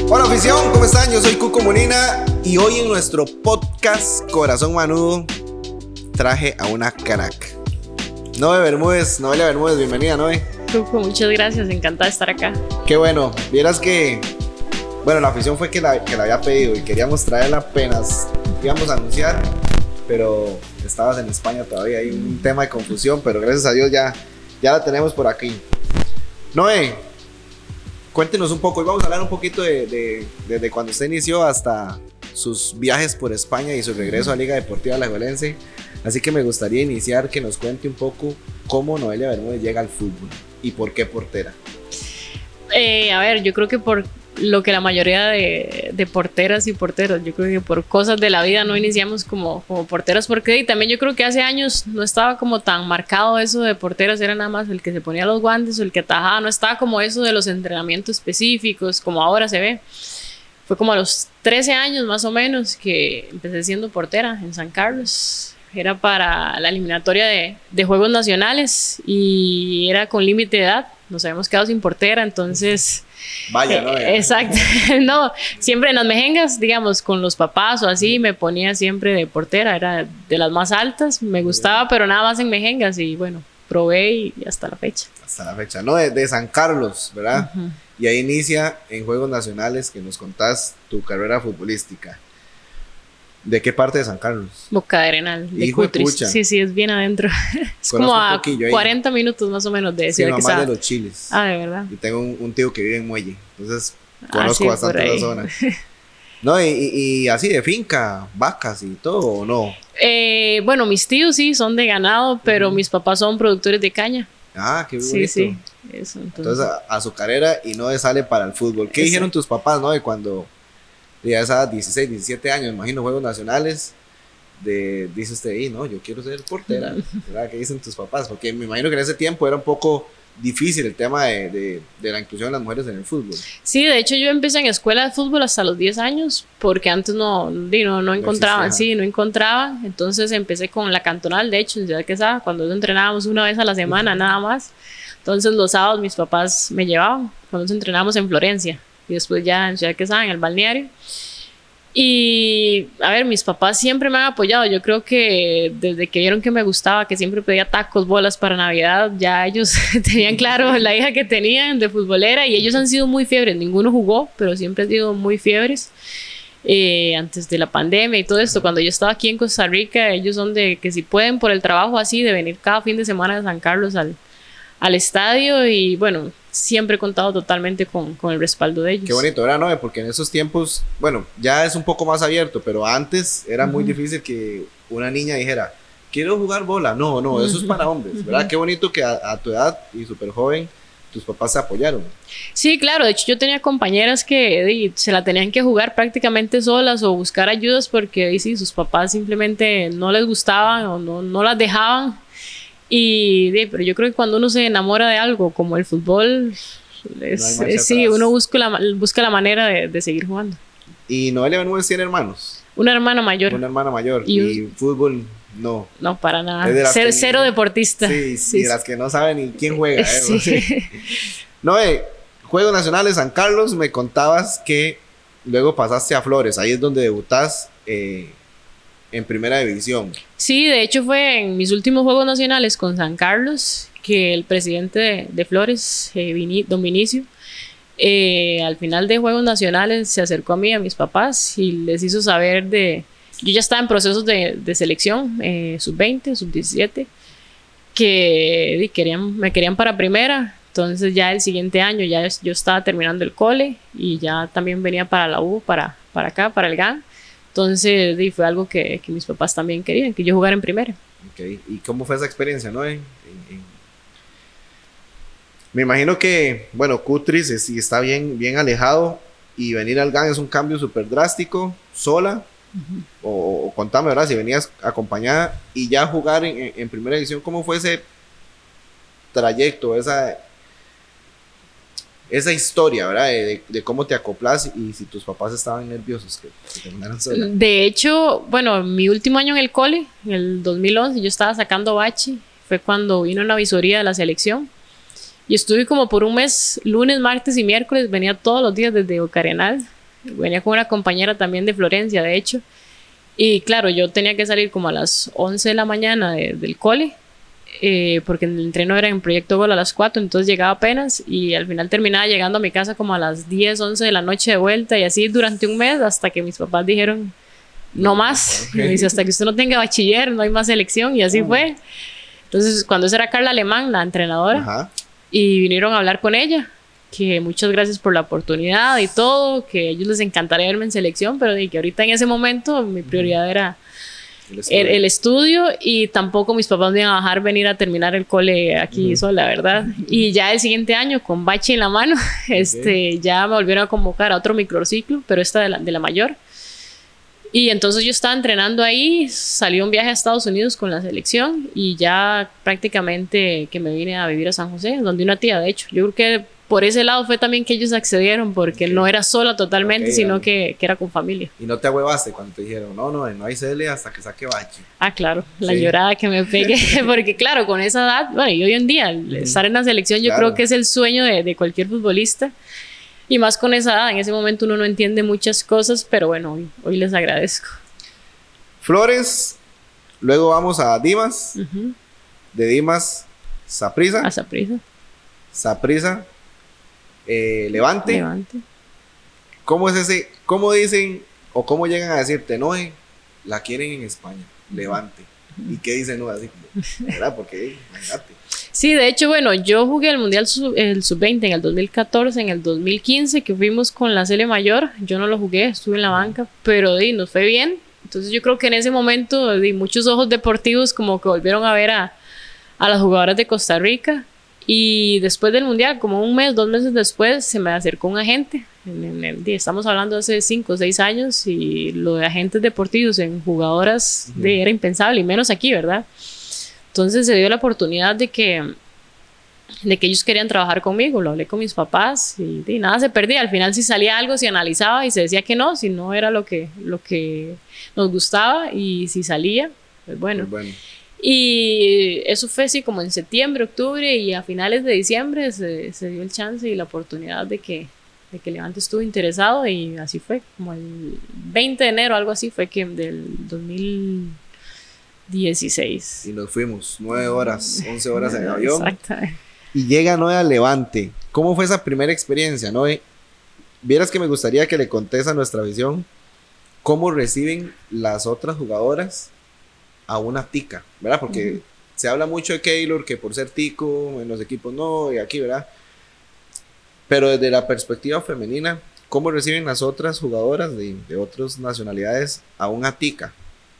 Hola afición, ¿cómo están? Yo soy Cuco Molina y hoy en nuestro podcast Corazón Manudo traje a una crack. Noé Bermúdez, Noelia Bermúdez, bienvenida Noé. Cuco, muchas gracias, encantada de estar acá. Qué bueno, vieras que, bueno, la afición fue que la había pedido y queríamos traerla apenas íbamos a anunciar, pero estabas en España todavía, hay un tema de confusión, pero gracias a Dios ya la tenemos por aquí. Noé, cuéntenos un poco, hoy vamos a hablar un poquito desde cuando usted inició hasta sus viajes por España y su regreso a Liga Deportiva Alajuelense. Así que me gustaría iniciar que nos cuente un poco cómo Noelia Bermúdez llega al fútbol y por qué portera. A ver, yo creo que por lo que la mayoría de porteras y porteros, yo creo que por cosas de la vida no iniciamos como porteras, porque y también yo creo que hace años no estaba como tan marcado eso de porteras, era nada más el que se ponía los guantes o el que atajaba, no estaba como eso de los entrenamientos específicos como ahora se ve. Fue como a los 13 años más o menos que empecé siendo portera en San Carlos. Era para la eliminatoria de Juegos Nacionales y era con límite de edad. Nos habíamos quedado sin portera, entonces... Vaya, ¿no? Exacto. No, siempre en las mejengas, digamos, con los papás o así, me ponía siempre de portera. Era de las más altas, me gustaba, pero nada más en mejengas. Y bueno, probé y hasta la fecha. Hasta la fecha, ¿no? De San Carlos, ¿verdad? Uh-huh. Y ahí inicia en Juegos Nacionales que nos contás tu carrera futbolística. ¿De qué parte de San Carlos? Boca de Arenal, de Cutris. Sí, es bien adentro. Es como a 40 minutos más o menos de Ciudad Quesada. Sí, más de los Chiles. Ah, ¿de verdad? Y tengo un tío que vive en Muelle, entonces conozco bastante la zona. No, y así de finca, vacas y todo, ¿o no? Bueno, mis tíos sí son de ganado, pero mis papás son productores de caña. Ah, qué bonito. Sí, eso. Entonces azucarera y no sale para el fútbol. ¿Qué dijeron tus papás, no? De cuando... ya esa 16, 17 años, me imagino, Juegos Nacionales, dice usted, no, yo quiero ser portera, ¿verdad? ¿Qué dicen tus papás? Porque me imagino que en ese tiempo era un poco difícil el tema de la inclusión de las mujeres en el fútbol. Sí, de hecho yo empecé en escuela de fútbol hasta los 10 años, porque antes no encontraba, no encontraba, entonces empecé con la cantonal, de hecho, en Ciudad Quesada, cuando entrenábamos una vez a la semana, nada más, entonces los sábados mis papás me llevaban, cuando nos entrenábamos en Florencia. Y después ya en Ciudad Quesada, en el balneario. Y, a ver, mis papás siempre me han apoyado. Yo creo que desde que vieron que me gustaba, que siempre pedía tacos, bolas para Navidad, ya ellos tenían claro la hija que tenían de futbolera. Y ellos han sido muy fiebres. Ninguno jugó, pero siempre han sido muy fiebres. Antes de la pandemia y todo esto, cuando yo estaba aquí en Costa Rica, ellos son de que si pueden por el trabajo así, de venir cada fin de semana de San Carlos al estadio. Y bueno, siempre he contado totalmente con el respaldo de ellos. Qué bonito, ¿verdad, no? Porque en esos tiempos, bueno, ya es un poco más abierto, pero antes era muy difícil que una niña dijera, quiero jugar bola. No, eso es para hombres, ¿verdad? Qué bonito que a tu edad y súper joven tus papás se apoyaron. Sí, claro, de hecho yo tenía compañeras que se la tenían que jugar prácticamente solas o buscar ayudas porque sí, sus papás simplemente no les gustaban o no las dejaban. Pero yo creo que cuando uno se enamora de algo como el fútbol, uno busca la manera de seguir jugando. ¿Y Noelia Bermúdez tiene hermanos? Una hermana mayor. Una hermana mayor. ¿Y fútbol no? No, para nada. Cero deportista. Sí, de las que no saben ni quién juega. Noé, Juegos Nacionales San Carlos, me contabas que luego pasaste a Flores. Ahí es donde debutás en primera división. Sí, de hecho fue en mis últimos Juegos Nacionales con San Carlos que el presidente de Flores, don Vinicio, al final de Juegos Nacionales se acercó a mí, a mis papás y les hizo saber yo ya estaba en procesos de selección, sub-20, sub-17, que me querían para primera. Entonces ya el siguiente año ya yo estaba terminando el cole y ya también venía para la U, para acá, para el GAN. Entonces fue algo que mis papás también querían, que yo jugara en primera. Okay. ¿Y cómo fue esa experiencia, no? Me imagino que, bueno, Cutris está bien alejado y venir al GAN es un cambio súper drástico, sola, o contame, ¿verdad? Si venías acompañada y ya jugar en primera división, ¿cómo fue ese trayecto, esa historia, ¿verdad? De cómo te acoplas y si tus papás estaban nerviosos que terminaran sola. De hecho, bueno, mi último año en el cole, en el 2011, yo estaba sacando bachi, fue cuando vino una visoría de la selección y estuve como por un mes, lunes, martes y miércoles, venía todos los días desde Boca Arenal venía con una compañera también de Florencia, de hecho. Y claro, yo tenía que salir como a las 11 de la mañana del cole, porque el entreno era en Proyecto Gol a las 4, entonces llegaba apenas y al final terminaba llegando a mi casa como a las 10, 11 de la noche de vuelta y así durante un mes hasta que mis papás dijeron, no más, okay. Me dice, hasta que usted no tenga bachiller, no hay más selección y así fue. Entonces, cuando esa era Carla Alemán, la entrenadora, ajá, y vinieron a hablar con ella, que muchas gracias por la oportunidad y todo, que a ellos les encantaría verme en selección, pero que ahorita en ese momento mi prioridad era el estudio y tampoco mis papás me iban a dejar venir a terminar el cole aquí sola, ¿verdad? Y ya el siguiente año, con bache en la mano, ya me volvieron a convocar a otro microciclo, pero esta de la mayor. Y entonces yo estaba entrenando ahí, salí un viaje a Estados Unidos con la selección y ya prácticamente que me vine a vivir a San José, donde una tía, de hecho. Yo creo que por ese lado fue también que ellos accedieron, porque no era sola totalmente, sino que era con familia. ¿Y no te ahuevaste cuando te dijeron, no hay cele hasta que saque bache? Ah, claro, la llorada que me pegué, porque claro, con esa edad, bueno, y hoy en día, estar en la selección yo creo que es el sueño de cualquier futbolista. Y más con esa edad, en ese momento uno no entiende muchas cosas, pero bueno, hoy les agradezco. Flores, luego vamos a Dimas, de Dimas, Saprissa. A Saprissa. Saprissa, Levante. ¿Cómo es ese, cómo dicen o cómo llegan a decirte, no, la quieren en España, Levante? ¿Y qué dicen, no? Así como, ¿verdad? Porque, imagínate. Sí, de hecho, bueno, yo jugué el Mundial el Sub-20 en el 2014, en el 2015, que fuimos con la Sele Mayor. Yo no lo jugué, estuve en la banca, pero nos fue bien. Entonces yo creo que en ese momento muchos ojos deportivos como que volvieron a ver a las jugadoras de Costa Rica. Y después del Mundial, como un mes, 2 meses después, se me acercó un agente. Estamos hablando de hace 5 o 6 años y lo de agentes deportivos en jugadoras era impensable, y menos aquí, ¿verdad? Entonces se dio la oportunidad de que ellos querían trabajar conmigo. Lo hablé con mis papás y nada se perdía. Al final si salía algo, se analizaba y se decía que no, si no era lo que nos gustaba, y si salía, pues bueno. Y eso fue así como en septiembre, octubre, y a finales de diciembre se dio el chance y la oportunidad de que Levante estuvo interesado, y así fue, como el 20 de enero, algo así fue, que del 2016. Y nos fuimos 9 horas, 11 horas en avión. Exactamente. Y llega Noé a Levante. ¿Cómo fue esa primera experiencia, Noé? Vieras que me gustaría que le contés a nuestra visión cómo reciben las otras jugadoras a una tica, ¿verdad? Porque se habla mucho de Keylor, que por ser tico, en los equipos no, y aquí, ¿verdad? Pero desde la perspectiva femenina, ¿cómo reciben las otras jugadoras de otras nacionalidades a una tica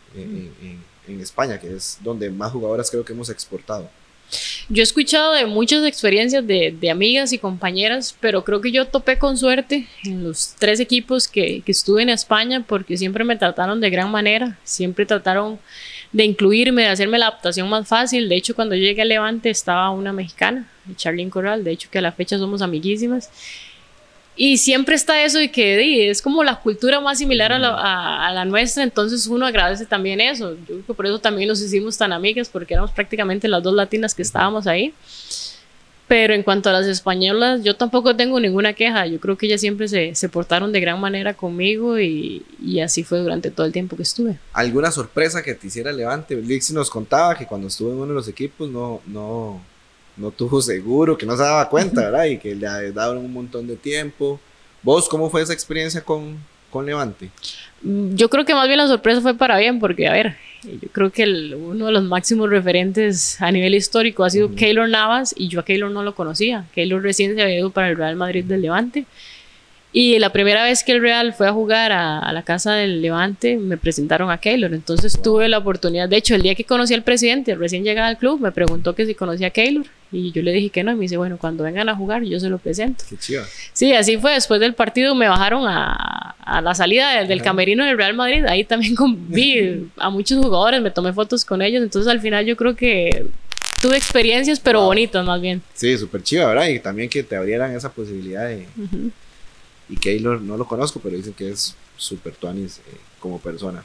en España, que es donde más jugadoras creo que hemos exportado? Yo he escuchado de muchas experiencias de amigas y compañeras, pero creo que yo topé con suerte en los 3 equipos que estuve en España, porque siempre me trataron de gran manera, siempre trataron de incluirme, de hacerme la adaptación más fácil. De hecho, cuando yo llegué a Levante estaba una mexicana, Charlene Corral, de hecho que a la fecha somos amiguísimas. Y siempre está eso de que es como la cultura más similar a la nuestra, entonces uno agradece también eso. Yo creo que por eso también nos hicimos tan amigas, porque éramos prácticamente las 2 latinas que estábamos ahí. Pero en cuanto a las españolas, yo tampoco tengo ninguna queja. Yo creo que ellas siempre se portaron de gran manera conmigo, y así fue durante todo el tiempo que estuve. ¿Alguna sorpresa que te hiciera Levante? Lixi nos contaba que cuando estuvo en uno de los equipos no tuvo seguro, que no se daba cuenta, ¿verdad? Y que le daban un montón de tiempo. ¿Vos cómo fue esa experiencia con Levante? Yo creo que más bien la sorpresa fue para bien, porque, a ver, yo creo que uno de los máximos referentes a nivel histórico ha sido Keylor Navas, y yo a Keylor no lo conocía. Keylor recién se había ido para el Real Madrid del Levante. Y la primera vez que el Real fue a jugar a la casa del Levante, me presentaron a Keylor. Entonces tuve la oportunidad, de hecho, el día que conocí al presidente, recién llegada al club, me preguntó que si conocía a Keylor, y yo le dije que no, y me dice, bueno, cuando vengan a jugar yo se lo presento. Qué chido. Sí, así fue. Después del partido me bajaron a la salida del camerino del Real Madrid. Ahí también vi a muchos jugadores, me tomé fotos con ellos. Entonces al final yo creo que tuve experiencias, pero bonitas más bien. Sí, súper chido, ¿verdad? Y también que te abrieran esa posibilidad de... Y Keylor no lo conozco, pero dicen que es súper tuanis como persona.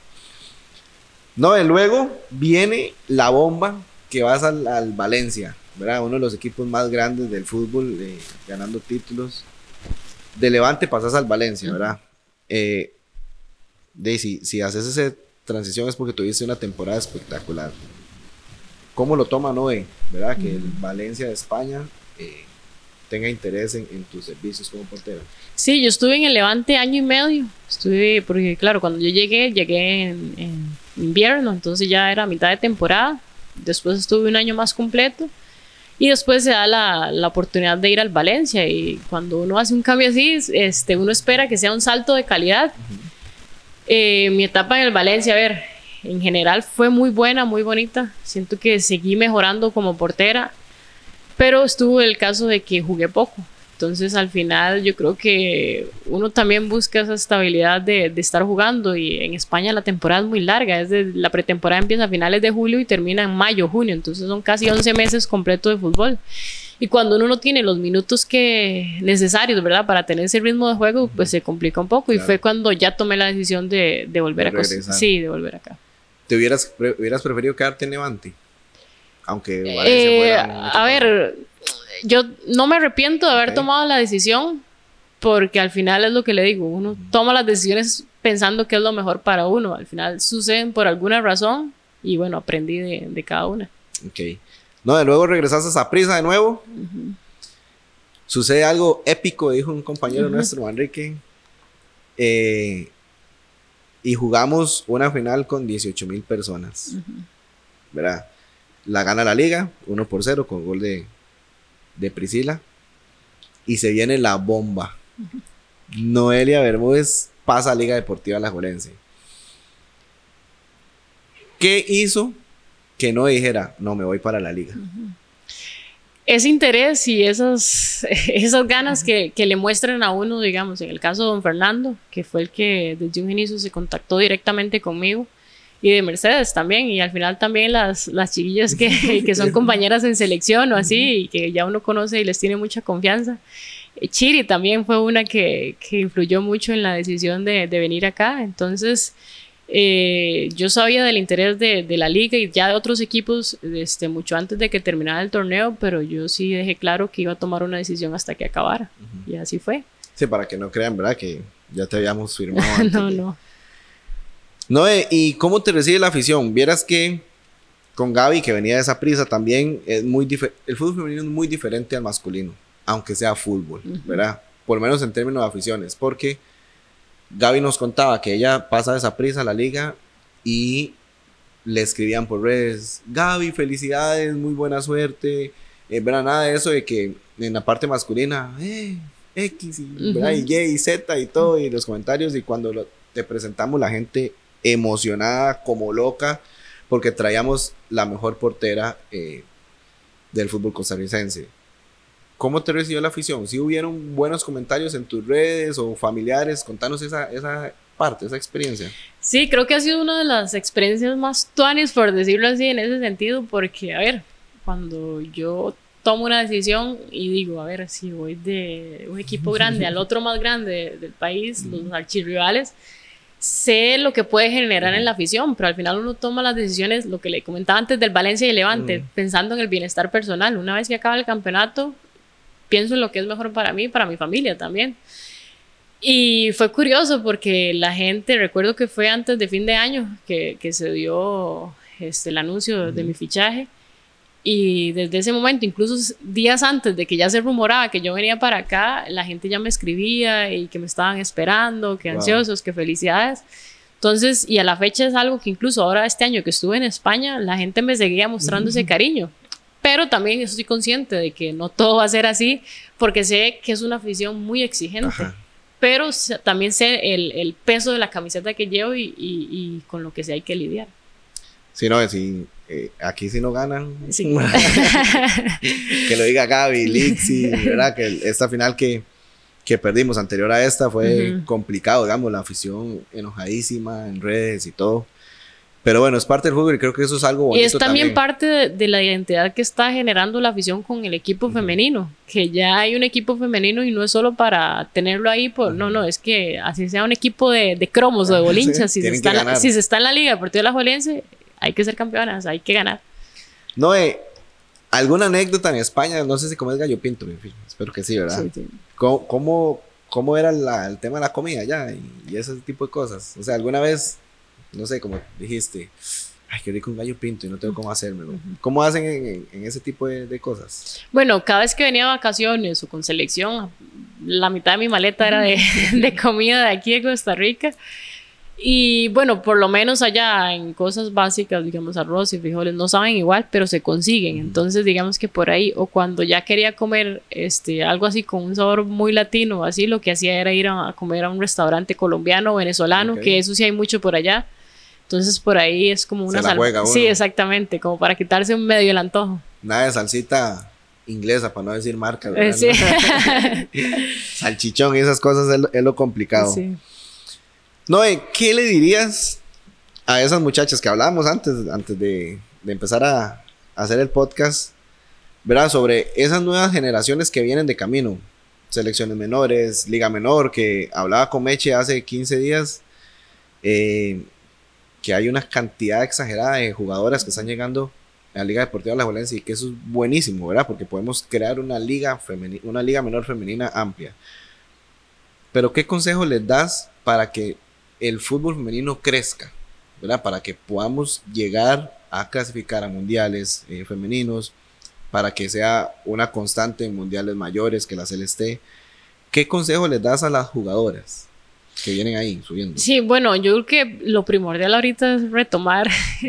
No, y luego viene la bomba, que vas al Valencia, ¿verdad? Uno de los equipos más grandes del fútbol, ganando títulos. De Levante pasas al Valencia, ¿verdad? Si haces esa transición es porque tuviste una temporada espectacular. ¿Cómo lo toma Noé? ¿Verdad? Que el Valencia de España tenga interés en tus servicios como portera. Sí, yo estuve en el Levante año y medio. Porque claro, cuando yo llegué en invierno, entonces ya era mitad de temporada. Después estuve un año más completo. Y después se da la oportunidad de ir al Valencia. Y cuando uno hace un cambio así, uno espera que sea un salto de calidad. Mi etapa en el Valencia, a ver, en general fue muy buena, muy bonita. Siento que seguí mejorando como portera. Pero estuvo el caso de que jugué poco. Entonces al final yo creo que uno también busca esa estabilidad de estar jugando, y en España la temporada es muy larga, la pretemporada empieza a finales de julio y termina en mayo, junio, entonces son casi 11 meses completos de fútbol, y cuando uno no tiene los minutos necesarios, ¿verdad?, para tener ese ritmo de juego, pues se complica un poco. Claro. Y fue cuando ya tomé la decisión de volver de volver acá. ¿Te hubieras preferido quedarte en Levante? Aunque Valencia fuera a ver, yo no me arrepiento de haber tomado la decisión, porque al final es lo que le digo, uno toma las decisiones pensando que es lo mejor para uno, al final suceden por alguna razón, y bueno, aprendí de cada una. Ok. No, de luego regresaste a Saprissa de nuevo. Sucede algo épico, dijo un compañero nuestro, Enrique, y jugamos una final con 18,000 personas, ¿verdad? La gana la liga 1-0 con gol de Priscila, y se viene la bomba. Noelia Bermúdez pasa a Liga Deportiva Alajuelense. ¿Qué hizo que no dijera, no, me voy para la liga? Ese interés y esas ganas que le muestran a uno, digamos, en el caso de don Fernando, que fue el que desde un inicio se contactó directamente conmigo, y de Mercedes también, y al final también las chiquillas que son compañeras en selección o así, y que ya uno conoce y les tiene mucha confianza. Chiri también fue una que influyó mucho en la decisión de venir acá. Entonces yo sabía del interés de la liga y ya de otros equipos mucho antes de que terminara el torneo, pero yo sí dejé claro que iba a tomar una decisión hasta que acabara, y así fue. Sí, para que no crean, ¿verdad?, que ya te habíamos firmado antes. No. Noé, ¿y cómo te recibe la afición? Vieras que con Gaby, que venía de Saprissa, también es el fútbol femenino es muy diferente al masculino, aunque sea fútbol, ¿verdad? Por lo menos en términos de aficiones, porque Gaby nos contaba que ella pasa de Saprissa a la liga y le escribían por redes, Gaby, felicidades, muy buena suerte, ¿verdad? Nada de eso de que en la parte masculina, X, ¿verdad? Y Y y Z y todo, y los comentarios, y cuando te presentamos la gente emocionada como loca porque traíamos la mejor portera del fútbol costarricense. ¿Cómo te recibió la afición? ¿Sí hubieron buenos comentarios en tus redes o familiares? Contanos esa parte, esa experiencia. Sí, creo que ha sido una de las experiencias más tuanis, por decirlo así, en ese sentido, porque, a ver, cuando yo tomo una decisión y digo, a ver, si voy de un equipo grande al otro más grande del país, los archirrivales, sé lo que puede generar en la afición, pero al final uno toma las decisiones, lo que le comentaba antes del Valencia y el Levante, pensando en el bienestar personal. Una vez que acaba el campeonato, pienso en lo que es mejor para mí y para mi familia también. Y fue curioso porque la gente, recuerdo que fue antes de fin de año que se dio el anuncio de mi fichaje, y desde ese momento, incluso días antes de que ya se rumoraba que yo venía para acá, la gente ya me escribía y que me estaban esperando, que ansiosos, que felicidades. Entonces, y a la fecha es algo que incluso ahora este año que estuve en España, la gente me seguía mostrando ese cariño. Pero también estoy consciente de que no todo va a ser así, porque sé que es una afición muy exigente. Ajá. Pero también sé el peso de la camiseta que llevo y con lo que sí hay que lidiar. Sí, no, sí, aquí sí no ganan. Sí. Que lo diga Gaby, Lixi, ¿verdad? Que esta final que perdimos anterior a esta fue complicado, digamos, la afición enojadísima en redes y todo. Pero bueno, es parte del fútbol y creo que eso es algo bonito. Y es también parte de la identidad que está generando la afición con el equipo femenino, que ya hay un equipo femenino y no es solo para tenerlo ahí, no, es que así sea un equipo de cromos o de bolinchas, si se está en la Liga Deportiva Alajuelense, hay que ser campeonas, hay que ganar. No, ¿alguna anécdota en España? No sé si comes gallo pinto, en fin, espero que sí, ¿verdad? Sí. ¿Cómo ¿cómo era el tema de la comida allá y ese tipo de cosas? O sea, alguna vez, no sé, como dijiste, ay, qué rico un gallo pinto y no tengo cómo hacérmelo. ¿Cómo hacen en ese tipo de cosas? Bueno, cada vez que venía de vacaciones o con selección, la mitad de mi maleta era de comida de aquí de Costa Rica. Y bueno, por lo menos allá en cosas básicas, digamos arroz y frijoles, no saben igual, pero se consiguen. Entonces, digamos que por ahí, o cuando ya quería comer algo así con un sabor muy latino, así lo que hacía era ir a comer a un restaurante colombiano o venezolano, que eso sí hay mucho por allá. Entonces, por ahí es como una salsa. Sí, exactamente, como para quitarse un medio el antojo. Nada de salsita inglesa, para no decir marca, ¿verdad? Sí. Salchichón y esas cosas es lo complicado. Sí. Noé, ¿qué le dirías a esas muchachas que hablábamos antes de empezar a hacer el podcast, ¿verdad? Sobre esas nuevas generaciones que vienen de camino, selecciones menores, liga menor, que hablaba con Meche hace 15 días, que hay una cantidad exagerada de jugadoras que están llegando a la Liga Deportiva Alajuelense y que eso es buenísimo, ¿verdad? Porque podemos crear una liga menor femenina amplia. Pero ¿qué consejo les das para que el fútbol femenino crezca, ¿verdad? Para que podamos llegar a clasificar a mundiales femeninos, para que sea una constante en mundiales mayores, que la Celeste. ¿Qué consejo les das a las jugadoras que vienen ahí subiendo? Sí, bueno, yo creo que lo primordial ahorita es retomar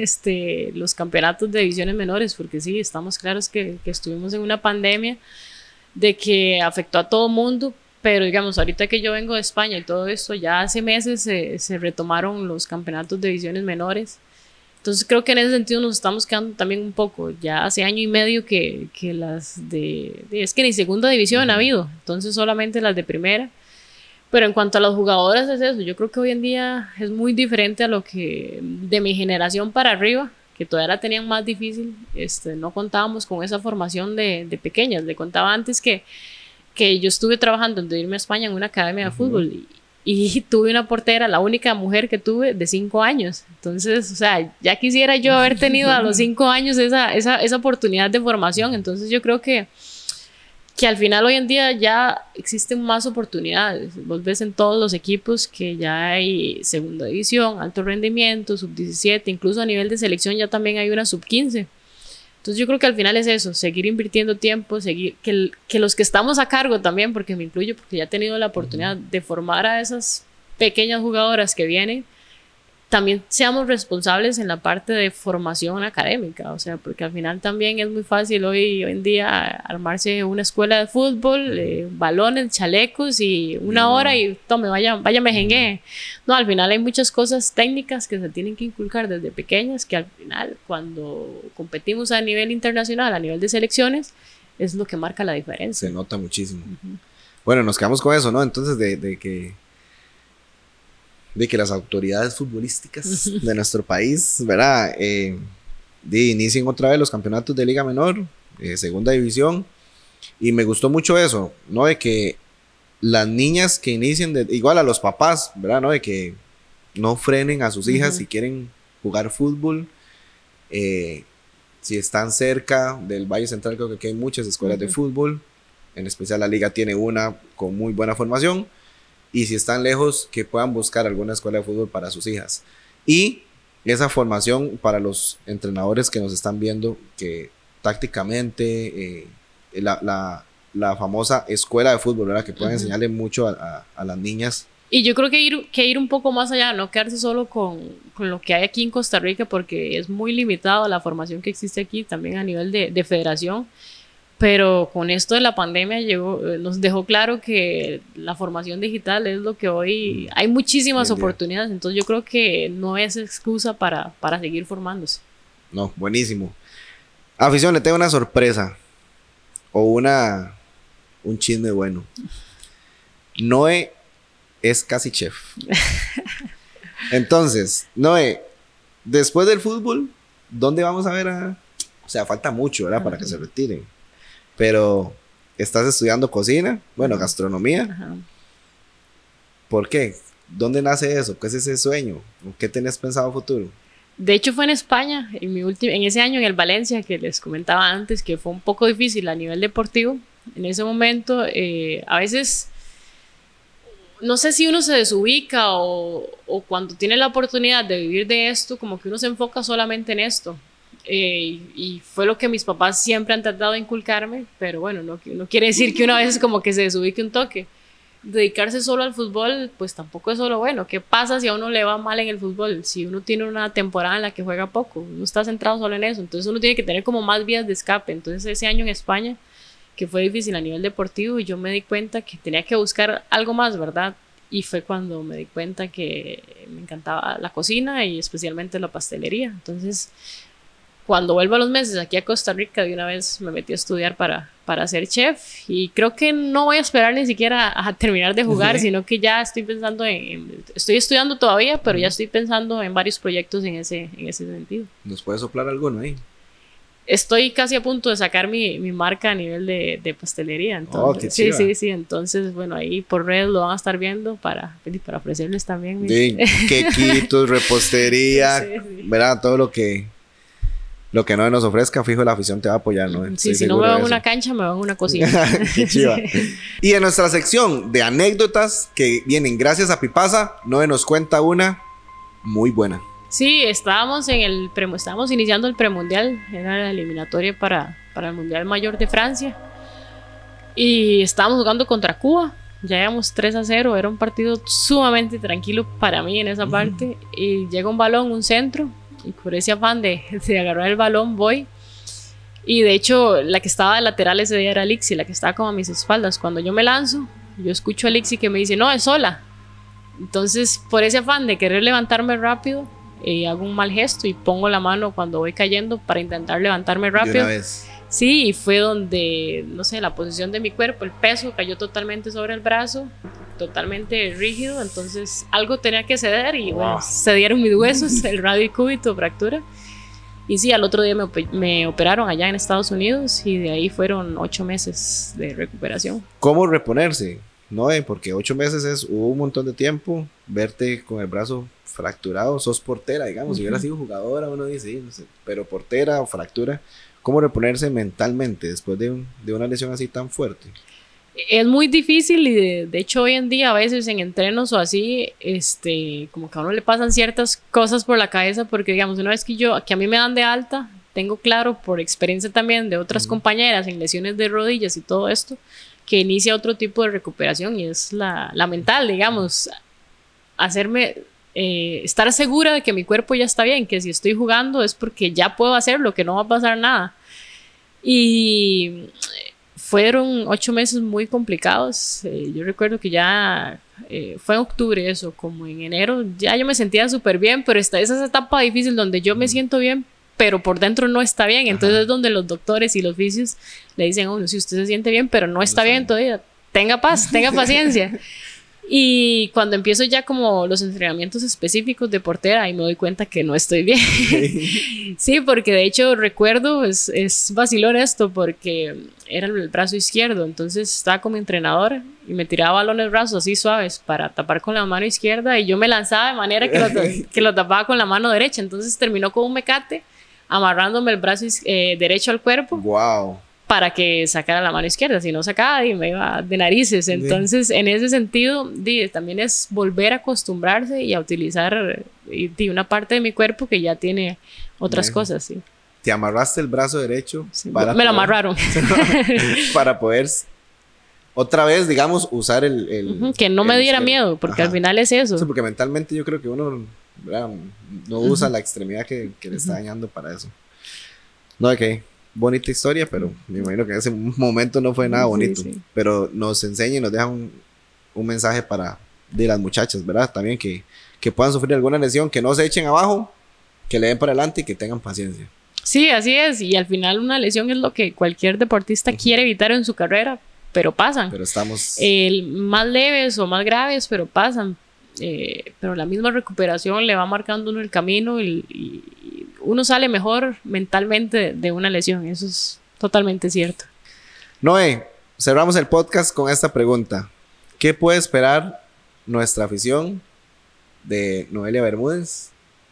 los campeonatos de divisiones menores, porque sí, estamos claros que estuvimos en una pandemia de que afectó a todo mundo. Pero digamos, ahorita que yo vengo de España y todo esto, ya hace meses se retomaron los campeonatos de divisiones menores. Entonces creo que en ese sentido nos estamos quedando también un poco. Ya hace año y medio que las es que ni segunda división ha habido, entonces solamente las de primera. Pero en cuanto a las jugadoras es eso, yo creo que hoy en día es muy diferente a lo que de mi generación para arriba, que todavía la tenían más difícil. No contábamos con esa formación de pequeñas. Le contaba antes que yo estuve trabajando antes de irme a España en una academia de fútbol y tuve una portera, la única mujer que tuve, de 5 años. Entonces, o sea, ya quisiera yo haber tenido a los 5 años esa oportunidad de formación. Entonces yo creo que al final hoy en día ya existen más oportunidades. Vos ves en todos los equipos que ya hay segunda división, alto rendimiento, sub-17, incluso a nivel de selección ya también hay una sub-15. Entonces yo creo que al final es eso, seguir invirtiendo tiempo, seguir que los que estamos a cargo también, porque me incluyo, porque ya he tenido la oportunidad de formar a esas pequeñas jugadoras que vienen, también seamos responsables en la parte de formación académica, o sea, porque al final también es muy fácil hoy en día armarse una escuela de fútbol, balones, chalecos y una hora y tome, vaya mejengue. No, al final hay muchas cosas técnicas que se tienen que inculcar desde pequeñas, que al final cuando competimos a nivel internacional, a nivel de selecciones, es lo que marca la diferencia. Se nota muchísimo. Bueno, nos quedamos con eso, ¿no? Entonces de que las autoridades futbolísticas de nuestro país, ¿verdad? Inicien otra vez los campeonatos de Liga Menor, Segunda División, y me gustó mucho eso, ¿no? De que las niñas que inicien, igual a los papás, ¿verdad? ¿No? De que no frenen a sus hijas si quieren jugar fútbol, si están cerca del Valle Central, creo que aquí hay muchas escuelas de fútbol, en especial la Liga tiene una con muy buena formación. Y si están lejos, que puedan buscar alguna escuela de fútbol para sus hijas. Y esa formación para los entrenadores que nos están viendo, que tácticamente la famosa escuela de fútbol, ¿verdad? Que pueden enseñarle mucho a las niñas. Y yo creo que ir un poco más allá, no quedarse solo con lo que hay aquí en Costa Rica, porque es muy limitado la formación que existe aquí, también a nivel de federación. Pero con esto de la pandemia nos dejó claro que la formación digital es lo que hoy hay muchísimas oportunidades, entonces yo creo que no es excusa para seguir formándose. No, buenísimo. Afición, le tengo una sorpresa o un chisme bueno. Noé es casi chef. Entonces, Noé, después del fútbol, ¿dónde vamos a ver o sea, falta mucho, ¿verdad? Para que se retiren. Pero estás estudiando cocina, bueno, gastronomía. Ajá. ¿Por qué? ¿Dónde nace eso? ¿Qué es ese sueño? ¿Qué tenés pensado a futuro? De hecho fue en España, en ese año en el Valencia, que les comentaba antes, que fue un poco difícil a nivel deportivo. En ese momento, a veces no sé si uno se desubica o cuando tiene la oportunidad de vivir de esto, como que uno se enfoca solamente en esto. Y fue lo que mis papás siempre han tratado de inculcarme, pero bueno, no quiere decir que una vez como que se desubique un toque. Dedicarse solo al fútbol, pues tampoco es solo bueno. ¿Qué pasa si a uno le va mal en el fútbol? Si uno tiene una temporada en la que juega poco, uno está centrado solo en eso, entonces uno tiene que tener como más vías de escape. Entonces ese año en España, que fue difícil a nivel deportivo, y yo me di cuenta que tenía que buscar algo más, ¿verdad? Y fue cuando me di cuenta que me encantaba la cocina y especialmente la pastelería. Entonces, cuando vuelvo a los meses aquí a Costa Rica, de una vez me metí a estudiar para ser chef, y creo que no voy a esperar ni siquiera a terminar de jugar, sino que ya estoy pensando estoy estudiando todavía, pero ya estoy pensando en varios proyectos en ese sentido. ¿Nos puedes soplar alguno ahí? Estoy casi a punto de sacar mi marca a nivel de pastelería. Entonces, qué chiva. sí. Entonces, bueno, ahí por redes lo van a estar viendo para ofrecerles también. Quequitos, repostería, sí. ¿Verdad? Todo lo que no nos ofrezca, fijo, la afición te va a apoyar, ¿no? Sí, si no me van a una cancha, me van a una cocina. Qué chiva. Y en nuestra sección de anécdotas que vienen gracias a Pipasa, Noé nos cuenta una muy buena. Sí, estábamos iniciando el premundial, era la eliminatoria para el Mundial Mayor de Francia, y estábamos jugando contra Cuba, ya íbamos 3-0, era un partido sumamente tranquilo para mí en esa parte, y llega un balón, un centro, y por ese afán de agarrar el balón voy, y de hecho la que estaba de lateral ese día era Lixi, la que estaba como a mis espaldas. Cuando yo me lanzo, yo escucho a Lixi que me dice, no, es sola. Entonces por ese afán de querer levantarme rápido, hago un mal gesto y pongo la mano cuando voy cayendo para intentar levantarme rápido. De una vez. Sí, y fue donde, no sé, la posición de mi cuerpo, el peso cayó totalmente sobre el brazo, totalmente rígido, entonces algo tenía que ceder y bueno, cedieron mis huesos, el radiocúbito, fractura. Y sí, al otro día me operaron allá en Estados Unidos y de ahí fueron 8 meses de recuperación. ¿Cómo reponerse? No, porque 8 meses hubo un montón de tiempo, verte con el brazo fracturado, sos portera, digamos, si hubiera sido jugadora, uno dice, sí, no sé, pero portera o fractura, ¿cómo reponerse mentalmente después de una lesión así tan fuerte? Es muy difícil y de hecho hoy en día a veces en entrenos o así, como que a uno le pasan ciertas cosas por la cabeza, porque digamos, una vez que a mí me dan de alta, tengo claro por experiencia también de otras compañeras en lesiones de rodillas y todo esto, que inicia otro tipo de recuperación y es la mental, digamos, estar segura de que mi cuerpo ya está bien, que si estoy jugando es porque ya puedo hacerlo, que no va a pasar nada. Y fueron 8 meses muy complicados. Yo recuerdo que ya fue en octubre eso, como en enero, ya yo me sentía súper bien, pero esa etapa difícil donde yo me siento bien, pero por dentro no está bien. Entonces es donde los doctores y los fisios le dicen a uno, si usted se siente bien, pero no está bien todavía, tenga paz, tenga paciencia. Y cuando empiezo ya como los entrenamientos específicos de portera, ahí me doy cuenta que no estoy bien. Sí, porque de hecho recuerdo, es vacilón esto, porque era el brazo izquierdo, entonces estaba como entrenador y me tiraba balones brazos así suaves para tapar con la mano izquierda y yo me lanzaba de manera que lo tapaba con la mano derecha, entonces terminó con un mecate amarrándome el brazo derecho al cuerpo. ¡Wow! Para que sacara la mano izquierda, si no sacaba y me iba de narices. Entonces, en ese sentido, también es volver a acostumbrarse y a utilizar una parte de mi cuerpo que ya tiene otras cosas, sí. ¿Te amarraste el brazo derecho? Sí, me lo amarraron. Para poder otra vez, digamos, usar que no me diera miedo, porque al final es eso. Sí, porque mentalmente yo creo que uno, ¿verdad?, no usa la extremidad que le está dañando para eso. No, bonita historia, pero me imagino que en ese momento no fue nada bonito. Sí. Pero nos enseña y nos deja un mensaje de las muchachas, ¿verdad? También que puedan sufrir alguna lesión, que no se echen abajo, que le den para adelante y que tengan paciencia. Sí, así es. Y al final una lesión es lo que cualquier deportista quiere evitar en su carrera, pero pasan. Pero estamos... más leves o más graves, pero pasan. Pero la misma recuperación le va marcando uno el camino y uno sale mejor mentalmente de una lesión. Eso es totalmente cierto. Noé, cerramos el podcast con esta pregunta. ¿Qué puede esperar nuestra afición de Noelia Bermúdez?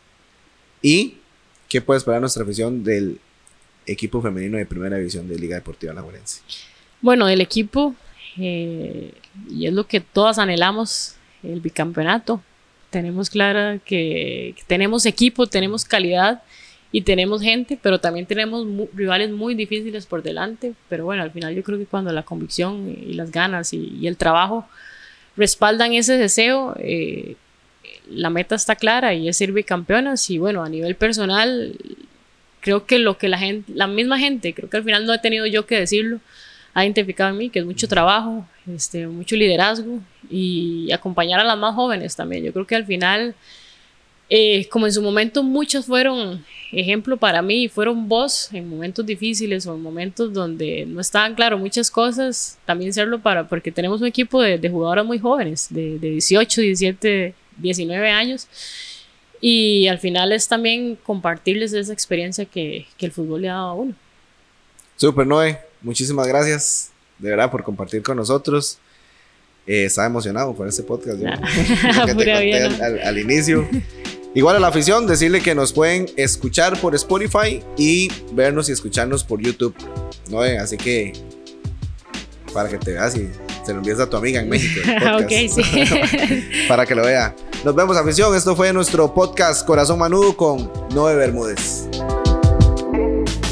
¿Y qué puede esperar nuestra afición del equipo femenino de Primera División de Liga Deportiva Alajuelense? Bueno, del equipo... y es lo que todas anhelamos, el bicampeonato. Tenemos clara que tenemos equipo, tenemos calidad y tenemos gente, pero también tenemos rivales muy difíciles por delante. Pero bueno, al final yo creo que cuando la convicción y las ganas y el trabajo respaldan ese deseo, la meta está clara y es ser bicampeonas. Y bueno, a nivel personal, creo que lo que la misma gente, creo que al final no he tenido yo que decirlo, ha identificado en mí, que es mucho trabajo, mucho liderazgo y acompañar a las más jóvenes también. Yo creo que al final, como en su momento muchos fueron ejemplo para mí, fueron voz en momentos difíciles o en momentos donde no estaban claras muchas cosas, también serlo porque tenemos un equipo de jugadoras muy jóvenes, de 18, 17, 19 años, y al final es también compartirles esa experiencia que el fútbol le ha dado a uno. Súper, Noé. Muchísimas gracias, de verdad, por compartir con nosotros. Estaba emocionado por este podcast. Yo, que te conté al inicio. Igual a la afición, decirle que nos pueden escuchar por Spotify y vernos y escucharnos por YouTube, ¿no? Así que para que te veas y se lo envíes a tu amiga en México. Ok, sí. Para que lo vea. Nos vemos, afición. Esto fue nuestro podcast Corazón Manudo con Noé Bermúdez.